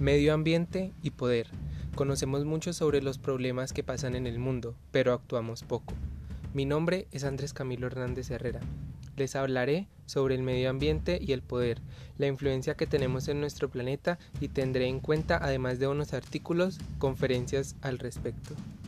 Medio ambiente y poder. Conocemos mucho sobre los problemas que pasan en el mundo, pero actuamos poco. Mi nombre es Andrés Camilo Hernández Herrera. Les hablaré sobre el medio ambiente y el poder, la influencia que tenemos en nuestro planeta y tendré en cuenta, además de unos artículos, conferencias al respecto.